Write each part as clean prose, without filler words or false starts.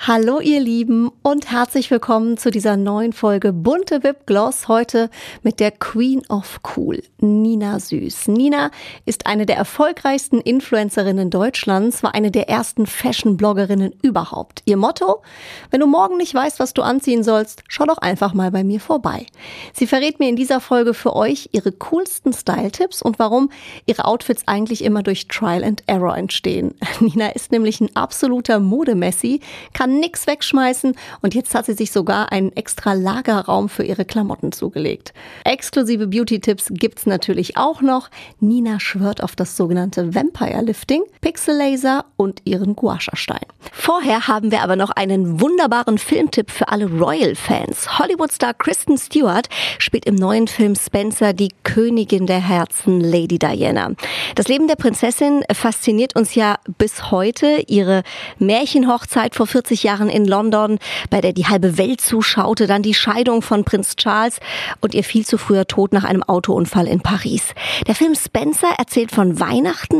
Hallo ihr Lieben und herzlich willkommen zu dieser neuen Folge Bunte Wipgloss, heute mit der Queen of Cool, Nina Süß. Nina ist eine der erfolgreichsten Influencerinnen Deutschlands, war eine der ersten Fashion-Bloggerinnen überhaupt. Ihr Motto: Wenn du morgen nicht weißt, was du anziehen sollst, schau doch einfach mal bei mir vorbei. Sie verrät mir in dieser Folge für euch ihre coolsten Style-Tipps und warum ihre Outfits eigentlich immer durch Trial and Error entstehen. Nina ist nämlich ein absoluter Modemessi, kann nix wegschmeißen und jetzt hat sie sich sogar einen extra Lagerraum für ihre Klamotten zugelegt. Exklusive Beauty-Tipps gibt's natürlich auch noch. Nina schwört auf das sogenannte Vampire-Lifting, Pixel-Laser und ihren Gua-Sha-Stein. Vorher haben wir aber noch einen wunderbaren Filmtipp für alle Royal-Fans. Hollywood-Star Kristen Stewart spielt im neuen Film Spencer die Königin der Herzen, Lady Diana. Das Leben der Prinzessin fasziniert uns ja bis heute. Ihre Märchenhochzeit vor 40 Jahren in London, bei der die halbe Welt zuschaute, dann die Scheidung von Prinz Charles und ihr viel zu früher Tod nach einem Autounfall in Paris. Der Film Spencer erzählt von Weihnachten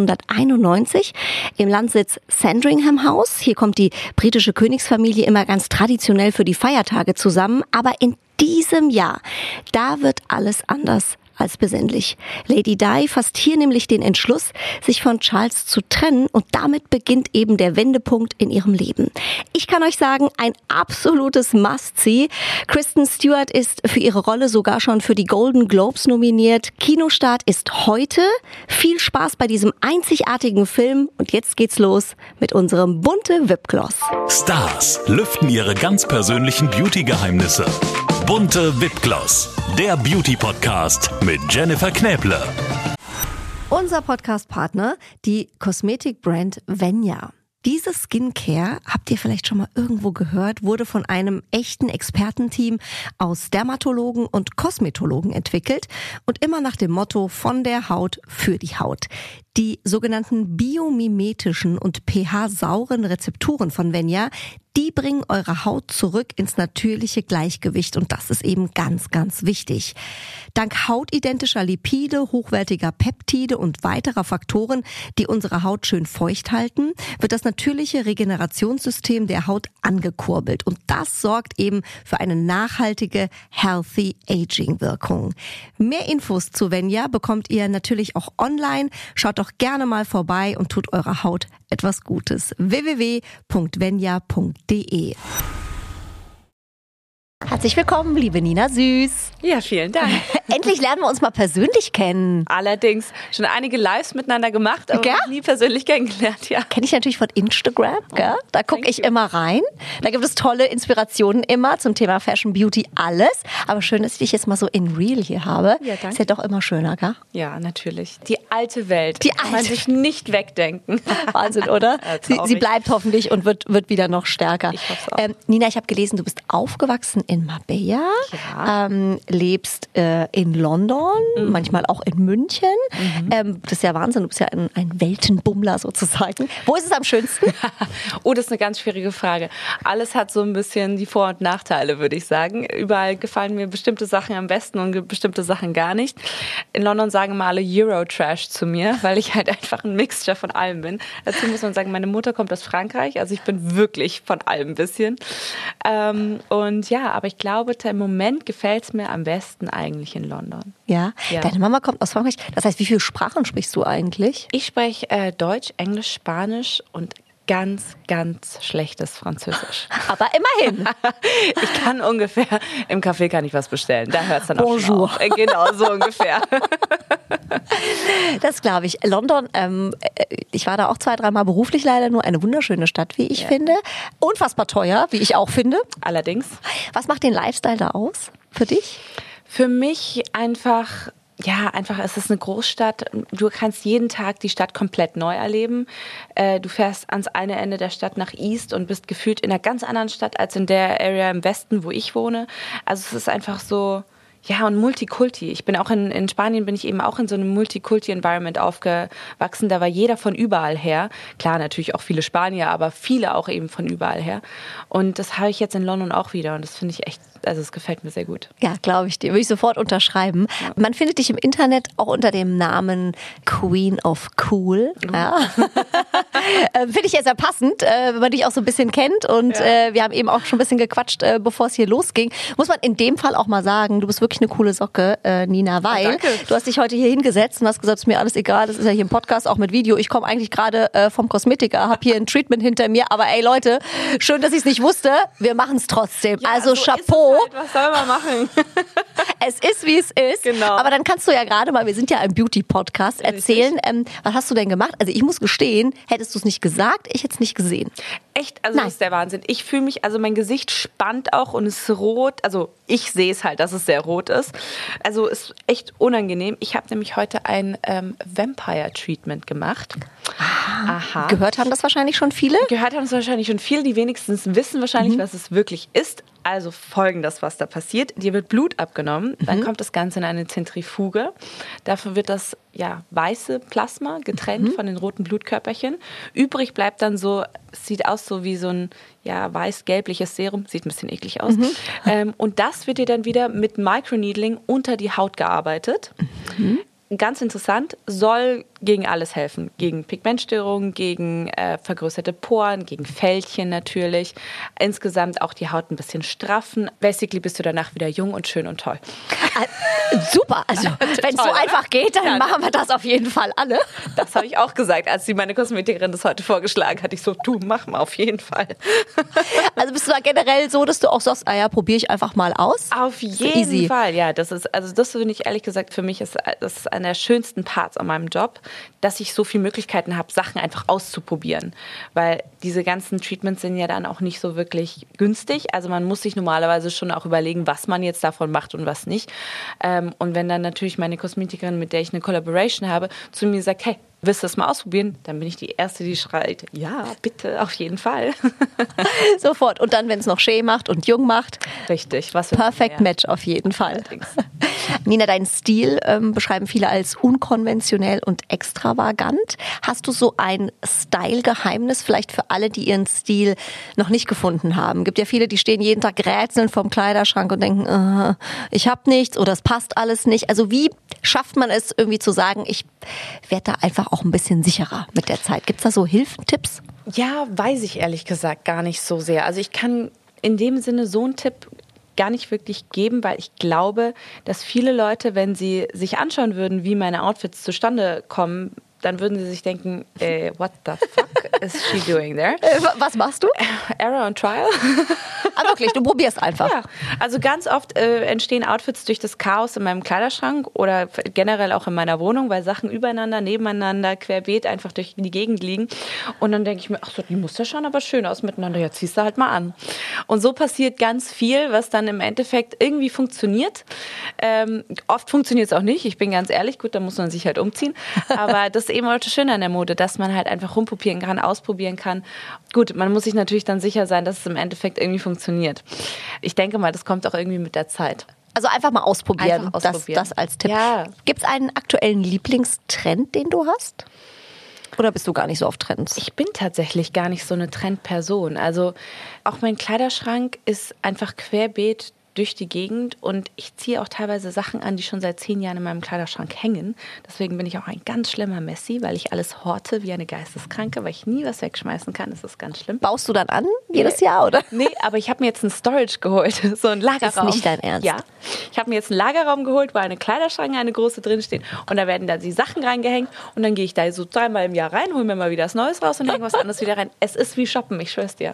1991 im Landsitz Sandringham House. Hier kommt die britische Königsfamilie immer ganz traditionell für die Feiertage zusammen, aber in diesem Jahr, da wird alles anders als besinnlich. Lady Di fasst hier nämlich den Entschluss, sich von Charles zu trennen und damit beginnt eben der Wendepunkt in ihrem Leben. Ich kann euch sagen, ein absolutes Must-See. Kristen Stewart ist für ihre Rolle sogar schon für die Golden Globes nominiert. Kinostart ist heute. Viel Spaß bei diesem einzigartigen Film und jetzt geht's los mit unserem Bunte Wipgloss. Stars lüften ihre ganz persönlichen Beauty-Geheimnisse. Bunte Wipgloss, der Beauty-Podcast mit Jennifer Knäble. Unser Podcast-Partner, die Kosmetikbrand Venya. Diese Skincare, habt ihr vielleicht schon mal irgendwo gehört, wurde von einem echten Expertenteam aus Dermatologen und Kosmetologen entwickelt und immer nach dem Motto von der Haut für die Haut. Die sogenannten biomimetischen und pH-sauren Rezepturen von Venya, die bringen eure Haut zurück ins natürliche Gleichgewicht und das ist eben ganz, ganz wichtig. Dank hautidentischer Lipide, hochwertiger Peptide und weiterer Faktoren, die unsere Haut schön feucht halten, wird das natürliche Regenerationssystem der Haut angekurbelt und das sorgt eben für eine nachhaltige Healthy Aging Wirkung. Mehr Infos zu Venya bekommt ihr natürlich auch online. Schaut doch gerne mal vorbei und tut eurer Haut etwas Gutes. www.venya.de. Herzlich willkommen, liebe Nina Süß. Ja, vielen Dank. Endlich lernen wir uns mal persönlich kennen. Allerdings schon einige Lives miteinander gemacht, aber nie persönlich kennengelernt, ja. Kenne ich natürlich von Instagram, gell? Da gucke ich immer rein. Da gibt es tolle Inspirationen immer zum Thema Fashion, Beauty, alles. Aber schön, dass ich dich jetzt mal so in Real hier habe. Ja, danke. Ist ja doch immer schöner, gell? Ja, natürlich. Die alte Welt. Die Kann man alte. sich nicht wegdenken. Wahnsinn, oder? Ja, Sie bleibt hoffentlich und wird wieder noch stärker. Ich hoffe auch. Nina, ich habe gelesen, du bist aufgewachsen in Marbella, lebst in London, manchmal auch in München. Das ist ja Wahnsinn, du bist ja ein Weltenbummler sozusagen. Wo ist es am schönsten? Oh, das ist eine ganz schwierige Frage. Alles hat so ein bisschen die Vor- und Nachteile, würde ich sagen. Überall gefallen mir bestimmte Sachen am besten und bestimmte Sachen gar nicht. In London sagen immer alle Eurotrash zu mir, weil ich halt einfach ein Mixture von allem bin. Dazu muss man sagen, meine Mutter kommt aus Frankreich, also ich bin wirklich von allem ein bisschen. Und ja, aber ich glaube, im Moment gefällt es mir am besten eigentlich in London. Ja? Deine Mama kommt aus Frankreich. Das heißt, wie viele Sprachen sprichst du eigentlich? Ich spreche Deutsch, Englisch, Spanisch und ganz, ganz schlechtes Französisch. Aber immerhin. Ich kann ungefähr, im Café kann ich was bestellen. Da hört es dann auch schon Bonjour. auf. Genau, so ungefähr. Das glaube ich. London, ich war da auch 2-3 Mal beruflich leider nur. Eine wunderschöne Stadt, wie ich finde. Unfassbar teuer, wie ich auch finde. Allerdings. Was macht den Lifestyle da aus für dich? Für mich einfach es ist eine Großstadt. Du kannst jeden Tag die Stadt komplett neu erleben. Du fährst ans eine Ende der Stadt nach East und bist gefühlt in einer ganz anderen Stadt als in der Area im Westen, wo ich wohne. Also es ist einfach so, Ja, und Multikulti. Ich bin auch in Spanien, bin ich eben auch in so einem Multikulti-Environment aufgewachsen. Da war jeder von überall her. Klar, natürlich auch viele Spanier, aber viele auch eben von überall her. Und das habe ich jetzt in London auch wieder. Und das finde ich echt, also es gefällt mir sehr gut. Ja, glaube ich dir. Würde ich sofort unterschreiben. Ja. Man findet dich im Internet auch unter dem Namen Queen of Cool. Ja. Finde ich ja sehr passend, wenn man dich auch so ein bisschen kennt. Und wir haben eben auch schon ein bisschen gequatscht, bevor es hier losging. Muss man in dem Fall auch mal sagen, du bist wirklich eine coole Socke, Nina, weil du hast dich heute hier hingesetzt und hast gesagt, es ist mir alles egal, das ist ja hier ein Podcast, auch mit Video. Ich komme eigentlich gerade vom Kosmetiker, habe hier ein Treatment hinter mir, aber ey Leute, schön, dass ich es nicht wusste, wir machen es trotzdem. Ja, also so Chapeau. Halt, was soll man machen? Es ist, wie es ist. Genau. Aber dann kannst du ja gerade mal, wir sind ja ein Beauty-Podcast, erzählen, was hast du denn gemacht? Also ich muss gestehen, hättest du es nicht gesagt, ich hätte es nicht gesehen. Echt? Also das ist der Wahnsinn. Ich fühle mich, also mein Gesicht spannt auch und ist rot. Also ich sehe es halt, dass es sehr rot ist. Also ist echt unangenehm. Ich habe nämlich heute ein Vampire-Treatment gemacht. Aha. Gehört haben das wahrscheinlich schon viele? Gehört haben es wahrscheinlich schon viele. Die wenigstens wissen wahrscheinlich, was es wirklich ist. Also Folgendes, was da passiert. Dir wird Blut abgenommen, dann kommt das Ganze in eine Zentrifuge. Dafür wird das weiße Plasma getrennt von den roten Blutkörperchen. Übrig bleibt dann so, es sieht aus so wie so ein weiß-gelbliches Serum, sieht ein bisschen eklig aus. Und das wird dir dann wieder mit Microneedling unter die Haut gearbeitet. Ganz interessant, soll gegen alles helfen. Gegen Pigmentstörungen, gegen vergrößerte Poren, gegen Fältchen natürlich. Insgesamt auch die Haut ein bisschen straffen. Basically bist du danach wieder jung und schön und toll. Super, also wenn es so einfach geht, dann machen wir das auf jeden Fall alle. Das habe ich auch gesagt, als meine Kosmetikerin das heute vorgeschlagen hat. Ich so, du, mach mal auf jeden Fall. Also bist du da generell so, dass du auch sagst, probiere ich einfach mal aus? Auf jeden Fall, ja. Das finde ich ehrlich gesagt, für mich das ist einer der schönsten Parts an meinem Job, dass ich so viele Möglichkeiten habe, Sachen einfach auszuprobieren. Weil diese ganzen Treatments sind ja dann auch nicht so wirklich günstig. Also man muss sich normalerweise schon auch überlegen, was man jetzt davon macht und was nicht. Und wenn dann natürlich meine Kosmetikerin, mit der ich eine Collaboration habe, zu mir sagt, hey, willst du das mal ausprobieren? Dann bin ich die Erste, die schreit, ja, bitte, auf jeden Fall. Sofort. Und dann, wenn es noch schön macht und jung macht. Richtig. Perfect Match auf jeden Fall. Nina, deinen Stil beschreiben viele als unkonventionell und extravagant. Hast du so ein Style-Geheimnis vielleicht für alle, die ihren Stil noch nicht gefunden haben? Gibt ja viele, die stehen jeden Tag rätselnd vorm Kleiderschrank und denken, ich habe nichts oder es passt alles nicht. Also wie schafft man es irgendwie zu sagen, ich werde da einfach auch ein bisschen sicherer mit der Zeit? Gibt es da so Hilfentipps? Ja, weiß ich ehrlich gesagt gar nicht so sehr. Also ich kann in dem Sinne so einen Tipp gar nicht wirklich geben, weil ich glaube, dass viele Leute, wenn sie sich anschauen würden, wie meine Outfits zustande kommen, dann würden sie sich denken, what the fuck is she doing there? Was machst du? Error and Trial. Wirklich, du probierst einfach. Ja, also ganz oft entstehen Outfits durch das Chaos in meinem Kleiderschrank oder generell auch in meiner Wohnung, weil Sachen übereinander, nebeneinander, querbeet einfach durch die Gegend liegen. Und dann denke ich mir, ach so, die muss ja schon aber schön aus miteinander, ja, ziehst du halt mal an. Und so passiert ganz viel, was dann im Endeffekt irgendwie funktioniert. Oft funktioniert es auch nicht, ich bin ganz ehrlich, gut, da muss man sich halt umziehen. Aber das ist eben heute schön an der Mode, dass man halt einfach rumprobieren kann, ausprobieren kann. Gut, man muss sich natürlich dann sicher sein, dass es im Endeffekt irgendwie funktioniert. Ich denke mal, das kommt auch irgendwie mit der Zeit. Also einfach mal ausprobieren, einfach ausprobieren. Das als Tipp. Ja. Gibt es einen aktuellen Lieblingstrend, den du hast? Oder bist du gar nicht so auf Trends? Ich bin tatsächlich gar nicht so eine Trendperson. Also auch mein Kleiderschrank ist einfach querbeet durch die Gegend und ich ziehe auch teilweise Sachen an, die schon seit 10 Jahren in meinem Kleiderschrank hängen. Deswegen bin ich auch ein ganz schlimmer Messi, weil ich alles horte wie eine Geisteskranke, weil ich nie was wegschmeißen kann. Das ist ganz schlimm. Baust du dann an jedes Jahr, oder? Nee, aber ich habe mir jetzt ein Storage geholt, so ein Lagerraum. Ist nicht dein Ernst? Ja, ich habe mir jetzt einen Lagerraum geholt, wo eine Kleiderschranke, eine große drinsteht und da werden da die Sachen reingehängt und dann gehe ich da so 3-mal im Jahr rein, hole mir mal wieder was Neues raus und hänge was anderes wieder rein. Es ist wie Shoppen, ich schwör's dir.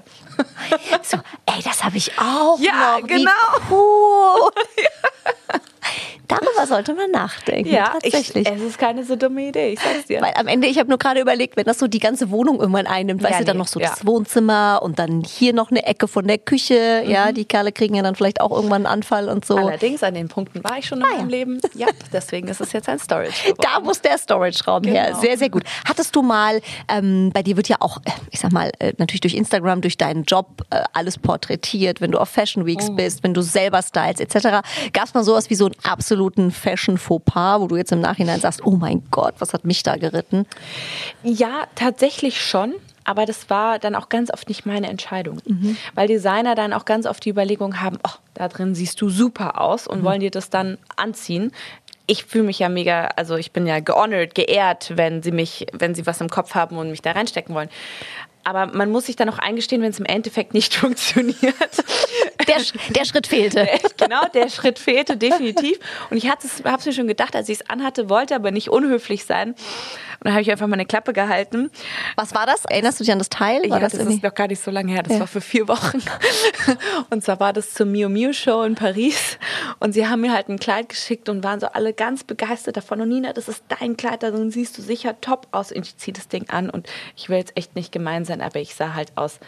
So, ey, das habe ich auch ja, noch. Genau. Wie cool. Darüber sollte man nachdenken. Ja, tatsächlich. es ist keine so dumme Idee, ich sag's dir. Weil am Ende, ich habe nur gerade überlegt, wenn das so die ganze Wohnung irgendwann einnimmt, weißt du, dann noch so das Wohnzimmer und dann hier noch eine Ecke von der Küche. Ja, die Kerle kriegen ja dann vielleicht auch irgendwann einen Anfall und so. Allerdings, an den Punkten war ich schon in meinem Leben. Ja, deswegen ist es jetzt ein Storage geworden. Da muss der Storage-Raum her. Sehr, sehr gut. Hattest du mal, bei dir wird ja auch, ich sag mal, natürlich durch Instagram, durch deinen Job alles porträtiert, wenn du auf Fashion Weeks bist, wenn du selber stylst etc. Gab es mal sowas wie so einen absoluten Fashion-Fauxpas, wo du jetzt im Nachhinein sagst, oh mein Gott, was hat mich da geritten? Ja, tatsächlich schon. Aber das war dann auch ganz oft nicht meine Entscheidung. Weil Designer dann auch ganz oft die Überlegung haben, oh, da drin siehst du super aus und wollen dir das dann anziehen. Ich fühle mich ja mega, also ich bin ja geehrt, wenn sie was im Kopf haben und mich da reinstecken wollen. Aber man muss sich dann auch eingestehen, wenn es im Endeffekt nicht funktioniert. Der Schritt fehlte. Der Schritt fehlte definitiv. Und ich habe es mir schon gedacht, als ich es anhatte, wollte aber nicht unhöflich sein. Und dann habe ich einfach meine Klappe gehalten. Was war das? Erinnerst du dich an das Teil? Das ist noch gar nicht so lange her. Das war für 4 Wochen. Und zwar war das zur Miu Miu Show in Paris. Und sie haben mir halt ein Kleid geschickt und waren so alle ganz begeistert davon. Und Nina, das ist dein Kleid, da siehst du sicher top aus. Und ich ziehe das Ding an und ich will jetzt echt nicht gemein sein, aber ich sah halt aus,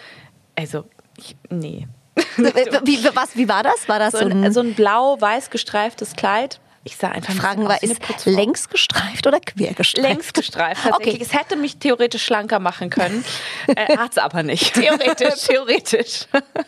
nee. Wie war das? War das so ein blau-weiß gestreiftes Kleid? Ich sah einfach Fragen war, ist längs gestreift oder quer gestreift? Längs gestreift, tatsächlich. Okay. Es hätte mich theoretisch schlanker machen können, hat es aber nicht. Theoretisch.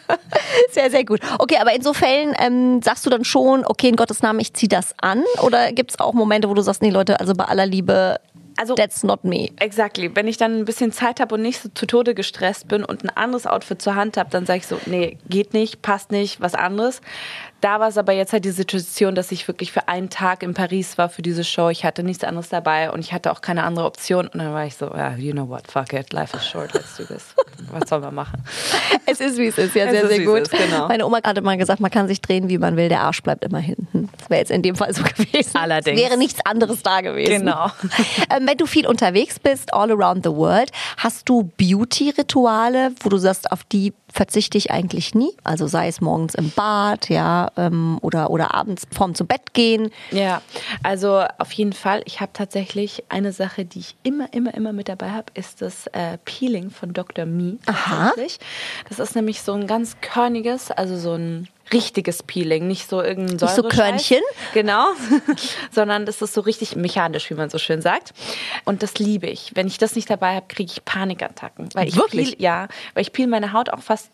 Sehr, sehr gut. Okay, aber in so Fällen sagst du dann schon, okay, in Gottes Namen, ich ziehe das an? Oder gibt es auch Momente, wo du sagst, nee Leute, also bei aller Liebe, that's not me. Exactly. Wenn ich dann ein bisschen Zeit habe und nicht so zu Tode gestresst bin und ein anderes Outfit zur Hand habe, dann sage ich so, nee, geht nicht, passt nicht, was anderes. Da war es aber jetzt halt die Situation, dass ich wirklich für einen Tag in Paris war für diese Show. Ich hatte nichts anderes dabei und ich hatte auch keine andere Option. Und dann war ich so, ja, you know what, fuck it, life is short, let's do this. Was soll man machen? Es ist, wie es ist, ja, sehr, sehr gut. Genau. Meine Oma hatte mal gesagt, man kann sich drehen, wie man will, der Arsch bleibt immer hinten. Das wäre jetzt in dem Fall so gewesen. Allerdings. Es wäre nichts anderes da gewesen. Genau. Wenn du viel unterwegs bist, all around the world, hast du Beauty-Rituale, wo du sagst, auf die verzichte ich eigentlich nie. Also sei es morgens im Bad, ja, oder abends vorm zu Bett gehen. Ja, also auf jeden Fall. Ich habe tatsächlich eine Sache, die ich immer mit dabei habe, ist das Peeling von Dr. Me. Aha. Das ist nämlich so ein ganz körniges, also so ein richtiges Peeling, nicht so irgendein Nicht so Körnchen? Genau, sondern das ist so richtig mechanisch, wie man so schön sagt. Und das liebe ich. Wenn ich das nicht dabei habe, kriege ich Panikattacken. Weil ich Wirklich? Weil ich peel meine Haut auch fast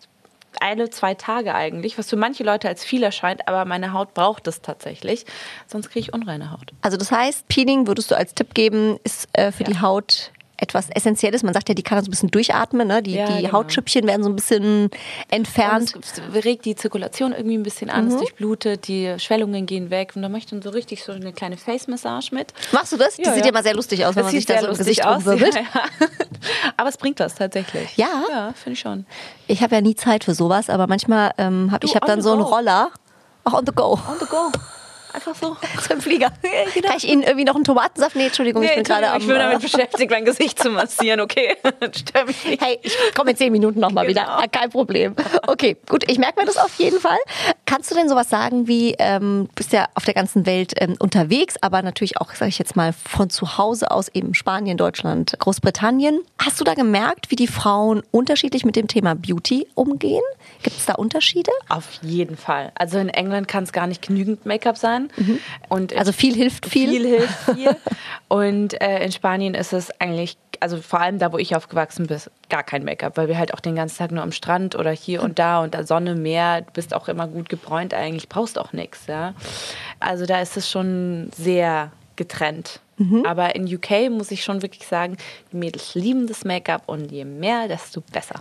1-2 Tage eigentlich, was für manche Leute als viel erscheint, aber meine Haut braucht es tatsächlich, sonst kriege ich unreine Haut. Also das heißt, Peeling würdest du als Tipp geben, ist für die Haut etwas Essentielles. Man sagt ja, die kann so ein bisschen durchatmen, ne? Die Hautschüppchen werden so ein bisschen entfernt. Und es regt die Zirkulation irgendwie ein bisschen an, es durchblutet, die Schwellungen gehen weg und da möchte ich dann so richtig so eine kleine Face-Massage mit. Machst du das? Das sieht ja mal sehr lustig aus, wenn man sich da so im Gesicht rumwirbelt. Ja. Aber es bringt das tatsächlich. Ja? Ja, finde ich schon. Ich habe ja nie Zeit für sowas, aber manchmal habe ich dann so einen Roller. Auch on the go. On the go. Einfach so. Zum Flieger. Genau. Kann ich Ihnen irgendwie noch einen Tomatensaft? Nee, Entschuldigung, ich bin gerade am... Ich bin damit beschäftigt, mein Gesicht zu massieren, okay? Stör mich nicht. Hey, ich komme in 10 Minuten nochmal wieder. Kein Problem. Okay, gut, ich merke mir das auf jeden Fall. Kannst du denn sowas sagen wie, du bist ja auf der ganzen Welt unterwegs, aber natürlich auch, sage ich jetzt mal, von zu Hause aus eben Spanien, Deutschland, Großbritannien. Hast du da gemerkt, wie die Frauen unterschiedlich mit dem Thema Beauty umgehen? Gibt es da Unterschiede? Auf jeden Fall. Also in England kann es gar nicht genügend Make-up sein. Und also viel hilft viel. Viel hilft viel. Und in Spanien ist es eigentlich, also vor allem da, wo ich aufgewachsen bin, gar kein Make-up, weil wir halt auch den ganzen Tag nur am Strand oder hier und da und da Sonne, Meer, du bist auch immer gut gebräunt eigentlich, brauchst auch nichts. Ja? Also da ist es schon sehr getrennt. Aber in UK muss ich schon wirklich sagen, die Mädels lieben das Make-up und je mehr, desto besser.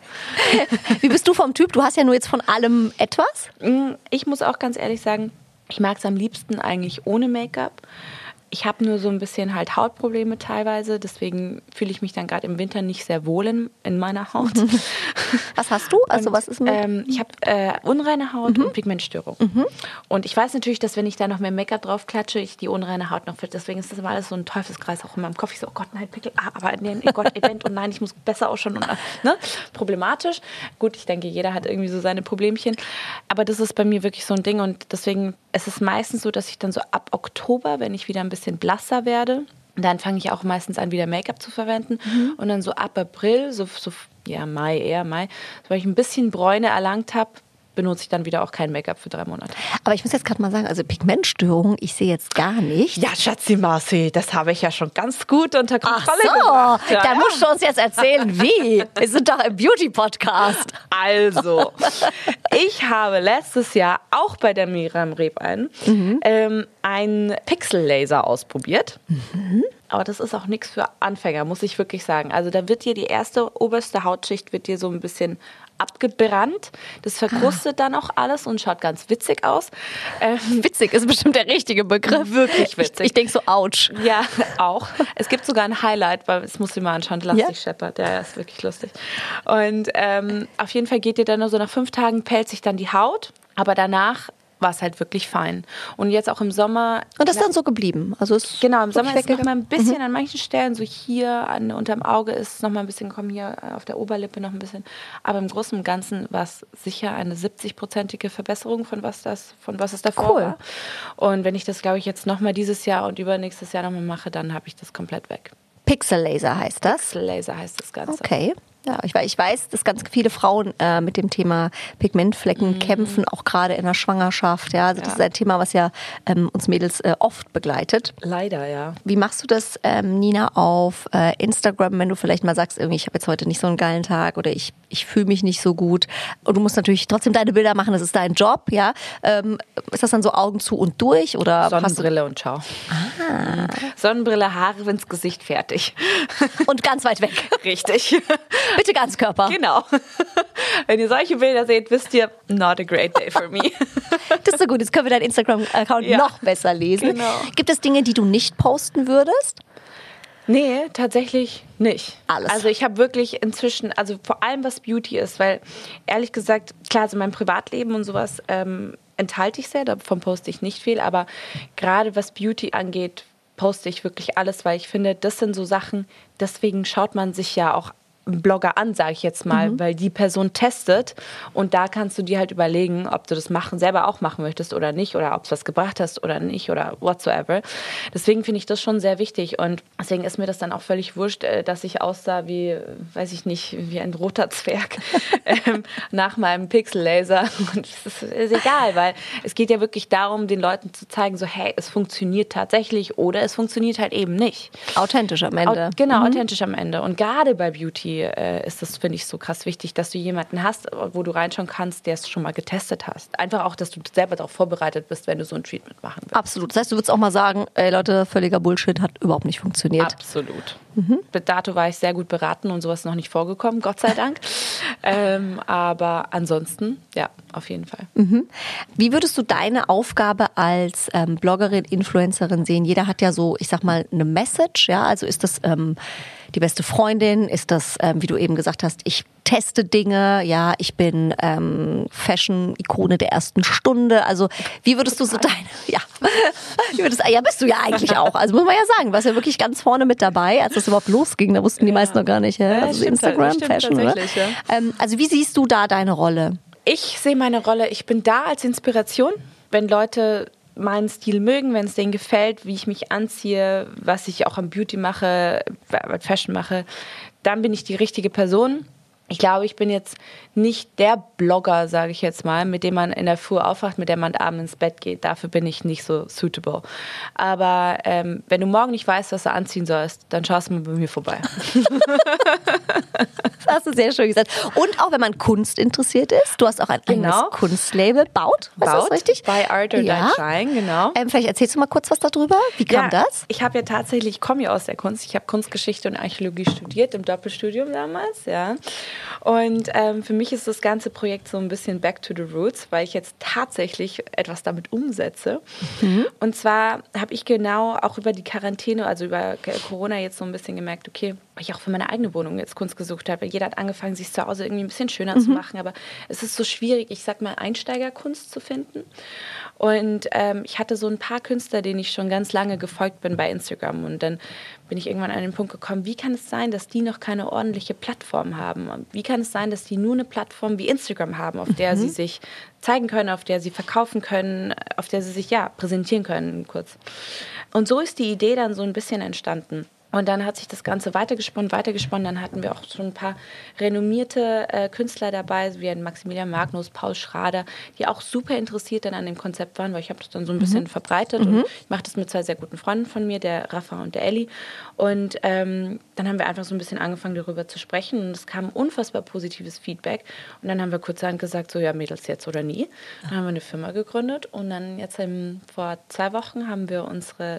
Wie bist du vom Typ? Du hast ja nur jetzt von allem etwas. Ich muss auch ganz ehrlich sagen, ich mag es am liebsten eigentlich ohne Make-up. Ich habe nur so ein bisschen halt Hautprobleme teilweise, deswegen fühle ich mich dann gerade im Winter nicht sehr wohl in meiner Haut. Was hast du? Also was ist mit? Ich habe unreine Haut und Pigmentstörung. Und ich weiß natürlich, dass wenn ich da noch mehr Make-up drauf klatsche, ich die unreine Haut noch wird. Deswegen ist das immer alles so ein Teufelskreis auch in meinem Kopf. Ich so, oh Gott, nein, Pickel, aber nee, oh Gott, Event und nein, ich muss besser ausschauen. Und, ne? Problematisch. Gut, ich denke, jeder hat irgendwie so seine Problemchen. Aber das ist bei mir wirklich so ein Ding und deswegen ist es meistens so, dass ich dann so ab Oktober, wenn ich wieder ein bisschen blasser werde, dann fange ich auch meistens an, wieder Make-up zu verwenden. Und dann so ab April, Mai, weil ich ein bisschen Bräune erlangt habe, benutze ich dann wieder auch kein Make-up für 3 Monate. Aber ich muss jetzt gerade mal sagen, also Pigmentstörungen, ich sehe jetzt gar nicht. Ja, Schatzi Marci, das habe ich ja schon ganz gut unter Kontrolle gebracht. Ja, da musst du uns jetzt erzählen, wie. Wir sind doch im Beauty-Podcast. Also, ich habe letztes Jahr auch bei der Miriam Rebbein einen Pixel-Laser ausprobiert. Aber das ist auch nichts für Anfänger, muss ich wirklich sagen. Also da wird dir die oberste Hautschicht wird dir so ein bisschen abgebrannt. Das verkrustet dann auch alles und schaut ganz witzig aus. Witzig ist bestimmt der richtige Begriff. Wirklich witzig. Ich denke so, ouch. Ja, auch. Es gibt sogar ein Highlight, weil das musst du dir mal anschauen, Lastig Shepherd, der ist wirklich lustig. Und auf jeden Fall geht dir dann nur so nach 5 Tagen pellt sich dann die Haut, aber danach war es halt wirklich fein. Und jetzt auch im Sommer... Und das ist dann so geblieben? Also genau, im Sommer ist es noch mal ein bisschen an manchen Stellen, so hier unterm Auge ist es noch mal ein bisschen gekommen, hier auf der Oberlippe noch ein bisschen. Aber im Großen und Ganzen war es sicher eine 70-prozentige Verbesserung von was es davor war. Und wenn ich das, glaube ich, jetzt noch mal dieses Jahr und übernächstes Jahr noch mal mache, dann habe ich das komplett weg. Pixel-Laser heißt das? Pixel-Laser heißt das Ganze. Okay. Ja, ich weiß, dass ganz viele Frauen mit dem Thema Pigmentflecken kämpfen, auch gerade in der Schwangerschaft. Ja, also das ist ein Thema, was ja uns Mädels oft begleitet. Leider, ja. Wie machst du das, Nina, auf Instagram, wenn du vielleicht mal sagst, irgendwie, ich habe jetzt heute nicht so einen geilen Tag oder ich fühle mich nicht so gut. Und du musst natürlich trotzdem deine Bilder machen, das ist dein Job, ja. Ist das dann so Augen zu und durch? Oder Sonnenbrille und ciao. Sonnenbrille, Haare ins Gesicht, fertig. Und ganz weit weg. Richtig. Bitte Ganzkörper. Genau. Wenn ihr solche Bilder seht, wisst ihr, not a great day for me. Das ist so gut, jetzt können wir deinen Instagram-Account noch besser lesen. Genau. Gibt es Dinge, die du nicht posten würdest? Nee, tatsächlich nicht. Alles. Also ich habe wirklich inzwischen, also vor allem was Beauty ist, weil ehrlich gesagt, klar, so mein Privatleben und sowas enthalte ich sehr, davon poste ich nicht viel, aber gerade was Beauty angeht, poste ich wirklich alles, weil ich finde, das sind so Sachen, deswegen schaut man sich ja auch einen Blogger an, sage ich jetzt mal, weil die Person testet und da kannst du dir halt überlegen, ob du das selber auch machen möchtest oder nicht oder ob es was gebracht hast oder nicht oder whatsoever. Deswegen finde ich das schon sehr wichtig und deswegen ist mir das dann auch völlig wurscht, dass ich aussah wie, weiß ich nicht, wie ein roter Zwerg nach meinem Pixel-Laser und es ist egal, weil es geht ja wirklich darum, den Leuten zu zeigen, so hey, es funktioniert tatsächlich oder es funktioniert halt eben nicht. Authentisch am Ende. Genau, authentisch am Ende und gerade bei Beauty ist das, finde ich, so krass wichtig, dass du jemanden hast, wo du reinschauen kannst, der es schon mal getestet hast. Einfach auch, dass du selber darauf vorbereitet bist, wenn du so ein Treatment machen willst. Absolut. Das heißt, du würdest auch mal sagen, ey Leute, völliger Bullshit, hat überhaupt nicht funktioniert. Absolut. Bis dato war ich sehr gut beraten und sowas noch nicht vorgekommen, Gott sei Dank. Aber ansonsten, ja, auf jeden Fall. Wie würdest du deine Aufgabe als Bloggerin, Influencerin sehen? Jeder hat ja so, ich sag mal, eine Message, ja, also ist das die beste Freundin, ist das, wie du eben gesagt hast, ich teste Dinge, ja, ich bin Fashion-Ikone der ersten Stunde, also wie würdest du so bist du ja eigentlich auch, also muss man ja sagen, du warst ja wirklich ganz vorne mit dabei, als das überhaupt losging, da wussten die meisten noch gar nicht, also Instagram, Fashion, oder? Ja. Also wie siehst du da deine Rolle? Ich sehe meine Rolle, ich bin da als Inspiration, wenn Leute meinen Stil mögen, wenn es denen gefällt, wie ich mich anziehe, was ich auch am Beauty mache, Fashion mache, dann bin ich die richtige Person. Ich glaube, ich bin jetzt nicht der Blogger, sage ich jetzt mal, mit dem man in der Früh aufwacht, mit dem man abends ins Bett geht. Dafür bin ich nicht so suitable. Aber wenn du morgen nicht weißt, was du anziehen sollst, dann schaust du mal bei mir vorbei. Das hast du sehr schön gesagt. Und auch wenn man Kunst interessiert ist, du hast auch ein eigenes Kunstlabel, Baut, ist das richtig? By Art or Die Shine, genau. Vielleicht erzählst du mal kurz was darüber. Wie kam das? Ich habe ja tatsächlich, ich komme ja aus der Kunst, ich habe Kunstgeschichte und Archäologie studiert, im Doppelstudium damals, ja. Und für mich ist das ganze Projekt so ein bisschen back to the roots, weil ich jetzt tatsächlich etwas damit umsetze. Und zwar habe ich genau auch über die Quarantäne, also über Corona jetzt so ein bisschen gemerkt, okay, weil ich auch für meine eigene Wohnung jetzt Kunst gesucht habe. Jeder hat angefangen, sich zu Hause irgendwie ein bisschen schöner zu machen, aber es ist so schwierig, ich sag mal, Einsteigerkunst zu finden. Und ich hatte so ein paar Künstler, denen ich schon ganz lange gefolgt bin bei Instagram. Und dann bin ich irgendwann an den Punkt gekommen, wie kann es sein, dass die noch keine ordentliche Plattform haben? Wie kann es sein, dass die nur eine Plattform wie Instagram haben, auf der sie sich zeigen können, auf der sie verkaufen können, auf der sie sich präsentieren können, kurz. Und so ist die Idee dann so ein bisschen entstanden. Und dann hat sich das Ganze weitergesponnen. Dann hatten wir auch schon ein paar renommierte Künstler dabei, wie ein Maximilian Magnus, Paul Schrader, die auch super interessiert dann an dem Konzept waren, weil ich habe das dann so ein bisschen verbreitet. Und ich mache das mit 2 sehr guten Freunden von mir, der Rafa und der Elli. Und dann haben wir einfach so ein bisschen angefangen, darüber zu sprechen. Und es kam unfassbar positives Feedback. Und dann haben wir kurzerhand gesagt, so ja, Mädels, jetzt oder nie. Dann haben wir eine Firma gegründet. Und dann jetzt vor 3 Wochen haben wir unsere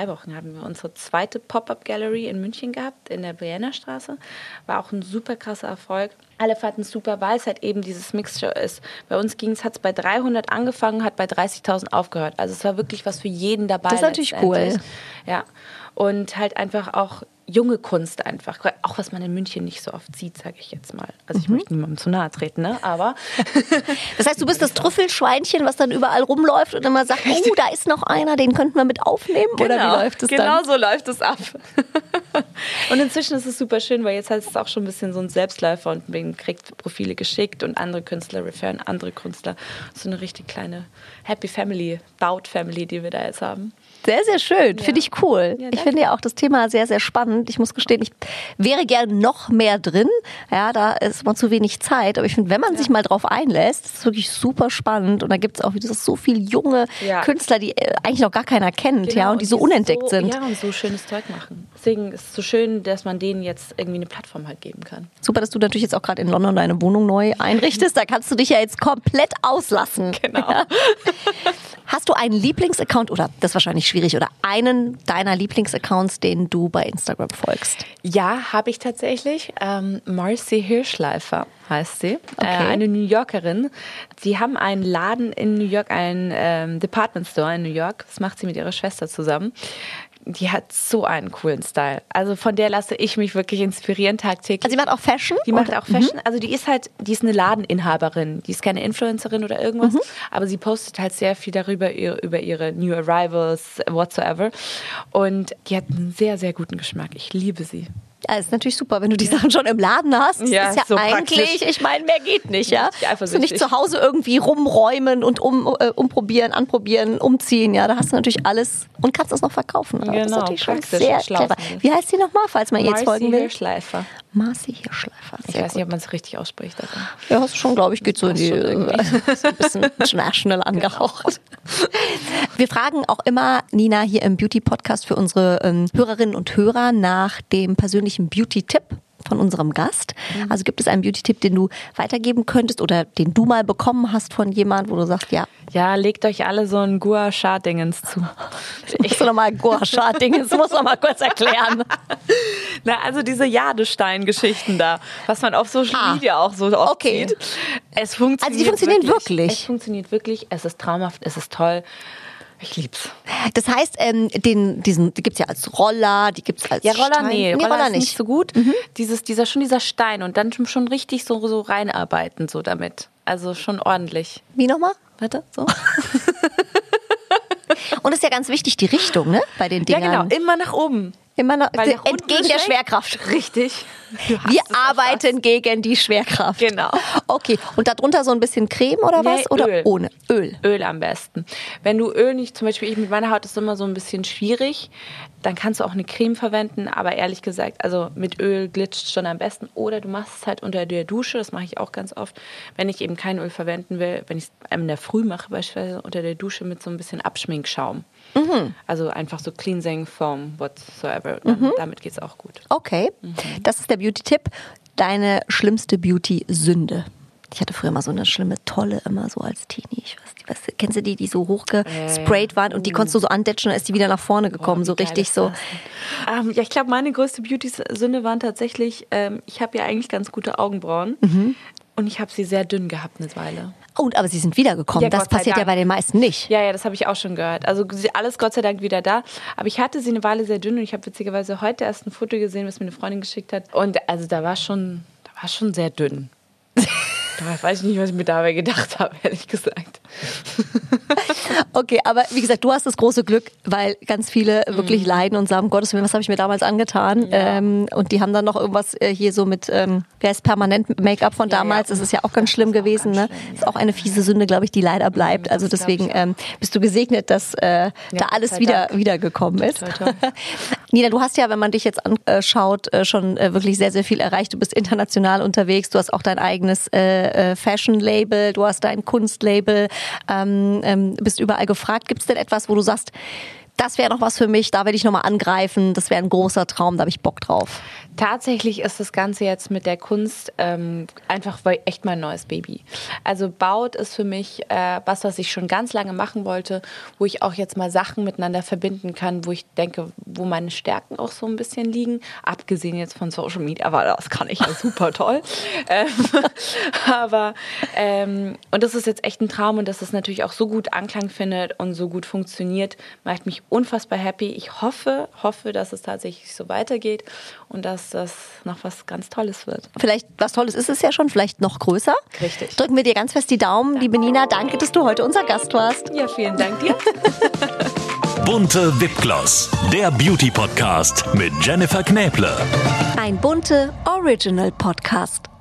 zweite Pop-Up-Gallery in München gehabt, in der Brienner Straße. War auch ein super krasser Erfolg. Alle fanden es super, weil es halt eben dieses Mixture ist. Bei uns hat es bei 300 angefangen, hat bei 30.000 aufgehört. Also es war wirklich was für jeden dabei. Das ist natürlich cool. Ja, und halt einfach auch junge Kunst einfach. Auch was man in München nicht so oft sieht, sage ich jetzt mal. Also ich möchte niemandem zu nahe treten, ne? Aber das heißt, du bist das Trüffelschweinchen, was dann überall rumläuft und immer sagt, oh, da ist noch einer, den könnten wir mit aufnehmen? Genau, oder wie läuft es dann? Genau so läuft es ab. Und inzwischen ist es super schön, weil jetzt heißt es auch schon ein bisschen so ein Selbstläufer und man kriegt Profile geschickt und andere Künstler referen andere Künstler. So eine richtig kleine Happy Family, Bout Family, die wir da jetzt haben. Sehr, sehr schön. Finde ich cool. Ja, ich finde ja auch das Thema sehr, sehr spannend. Ich muss gestehen, ich wäre gern noch mehr drin. Ja, da ist man zu wenig Zeit. Aber ich finde, wenn man sich mal drauf einlässt, ist es wirklich super spannend. Und da gibt es auch wieder so viele junge Künstler, die eigentlich noch gar keiner kennt, genau, und die so unentdeckt sind. Ja, und so schönes Zeug machen. Deswegen ist es so schön, dass man denen jetzt irgendwie eine Plattform halt geben kann. Super, dass du natürlich jetzt auch gerade in London deine Wohnung neu einrichtest. Da kannst du dich ja jetzt komplett auslassen. Genau. Ja. Hast du einen Lieblingsaccount, oder das ist wahrscheinlich schwierig, oder einen deiner Lieblingsaccounts, den du bei Instagram folgst? Ja, habe ich tatsächlich. Marcy Hirschleifer heißt sie, eine New Yorkerin. Sie haben einen Laden in New York, einen Department Store in New York. Das macht sie mit ihrer Schwester zusammen. Die hat so einen coolen Style. Also von der lasse ich mich wirklich inspirieren tagtäglich. Also sie macht auch Fashion? Die macht auch Fashion. Also die ist eine Ladeninhaberin. Die ist keine Influencerin oder irgendwas. Aber sie postet halt sehr viel darüber, über ihre New Arrivals, whatsoever. Und die hat einen sehr, sehr guten Geschmack. Ich liebe sie. Ja, ist natürlich super, wenn du die Sachen schon im Laden hast. Das ist ja so eigentlich, praktisch. Ich meine, mehr geht nicht, ja? Dass du nicht zu Hause irgendwie rumräumen und umprobieren, anprobieren, umziehen, ja? Da hast du natürlich alles und kannst das noch verkaufen. Genau, das ist natürlich schon praktisch, sehr clever. Wie heißt die nochmal, falls man ihr jetzt folgen will? Marcy Hirschleifer. Ich weiß nicht, ob man es richtig ausspricht. Aber ja, hast du schon, glaube ich, geht so in die, so ein bisschen international angehaucht. Wir fragen auch immer, Nina, hier im Beauty-Podcast für unsere Hörerinnen und Hörer nach dem persönlichen Beauty-Tipp von unserem Gast. Also gibt es einen Beauty-Tipp, den du weitergeben könntest oder den du mal bekommen hast von jemandem, wo du sagst, ja. Ja, legt euch alle so ein Gua Sha-Dingens zu. Ich soll nochmal Gua Sha-Dingens, muss noch mal kurz erklären. Na, also diese Jadestein-Geschichten da, was man auf Social Media auch so oft sieht. Es funktioniert also die funktionieren wirklich. Es funktioniert wirklich, es ist traumhaft, es ist toll. Ich lieb's. Das heißt, die gibt's ja als Roller, die gibt's als Roller, Stein. Nee, Roller ist nicht so gut. Dieser Stein und dann schon richtig so reinarbeiten so damit. Also schon ordentlich. Wie nochmal? Warte, so. Und es ist ja ganz wichtig, die Richtung, ne? Bei den Dingern. Ja, genau, immer nach oben. Immer noch entgegen der Schwerkraft. Richtig. Wir arbeiten gegen die Schwerkraft. Genau. Okay, und darunter so ein bisschen Creme oder was? Oder Öl. Ohne? Öl. Öl am besten. Wenn du Öl nicht, zum Beispiel mit meiner Haut ist immer so ein bisschen schwierig, dann kannst du auch eine Creme verwenden, aber ehrlich gesagt, also mit Öl glitscht schon am besten. Oder du machst es halt unter der Dusche, das mache ich auch ganz oft, wenn ich eben kein Öl verwenden will, wenn ich es in der Früh mache, beispielsweise unter der Dusche mit so ein bisschen Abschminkschaum. Also einfach so Cleansing Foam, whatsoever. Damit geht es auch gut. Okay, das ist der Beauty-Tipp. Deine schlimmste Beauty-Sünde. Ich hatte früher mal so eine schlimme Tolle immer so als Teenie. Ich weiß nicht, kennst du die so hochgesprayt waren und die konntest du so andetschen und dann ist die wieder nach vorne gekommen, so richtig so. Ja, ich glaube, meine größte Beauty-Sünde waren tatsächlich, ich habe ja eigentlich ganz gute Augenbrauen und ich habe sie sehr dünn gehabt eine Weile. Oh, aber sie sind wiedergekommen. Ja, das passiert ja bei den meisten nicht. Ja, das habe ich auch schon gehört. Also alles Gott sei Dank wieder da. Aber ich hatte sie eine Weile sehr dünn und ich habe witzigerweise heute erst ein Foto gesehen, was mir eine Freundin geschickt hat. Und also da war schon sehr dünn. Ich weiß nicht, was ich mir dabei gedacht habe, ehrlich gesagt. Okay, aber wie gesagt, du hast das große Glück, weil ganz viele wirklich leiden und sagen, Gottes Willen, was habe ich mir damals angetan? Ja. Und die haben dann noch irgendwas hier so mit, wer ist permanent Make-up von damals? Das ist ja auch ganz schlimm gewesen. Ne? Das ist auch eine fiese Sünde, glaube ich, die leider bleibt. Also deswegen bist du gesegnet, dass da alles wiedergekommen ist. Toll. Nina, du hast ja, wenn man dich jetzt anschaut, schon wirklich sehr, sehr viel erreicht. Du bist international unterwegs, du hast auch dein eigenes Fashion-Label, du hast dein Kunstlabel, bist überall gefragt. Gibt es denn etwas, wo du sagst, das wäre noch was für mich, da werde ich nochmal angreifen, das wäre ein großer Traum, da habe ich Bock drauf? Tatsächlich ist das Ganze jetzt mit der Kunst einfach echt mein neues Baby. Also Baut ist für mich was ich schon ganz lange machen wollte, wo ich auch jetzt mal Sachen miteinander verbinden kann, wo ich denke, wo meine Stärken auch so ein bisschen liegen. Abgesehen jetzt von Social Media, aber das kann ich ja super toll. Und das ist jetzt echt ein Traum und dass das natürlich auch so gut Anklang findet und so gut funktioniert, macht mich unfassbar happy. Ich hoffe, dass es tatsächlich so weitergeht und dass das noch was ganz Tolles wird. Vielleicht was Tolles ist es ja schon, vielleicht noch größer. Richtig. Drücken wir dir ganz fest die Daumen. Danke. Liebe Nina, danke, dass du heute unser Gast warst. Ja, vielen Dank dir. Bunte Wipgloss, der Beauty-Podcast mit Jennifer Knäble. Ein Bunte Original Podcast.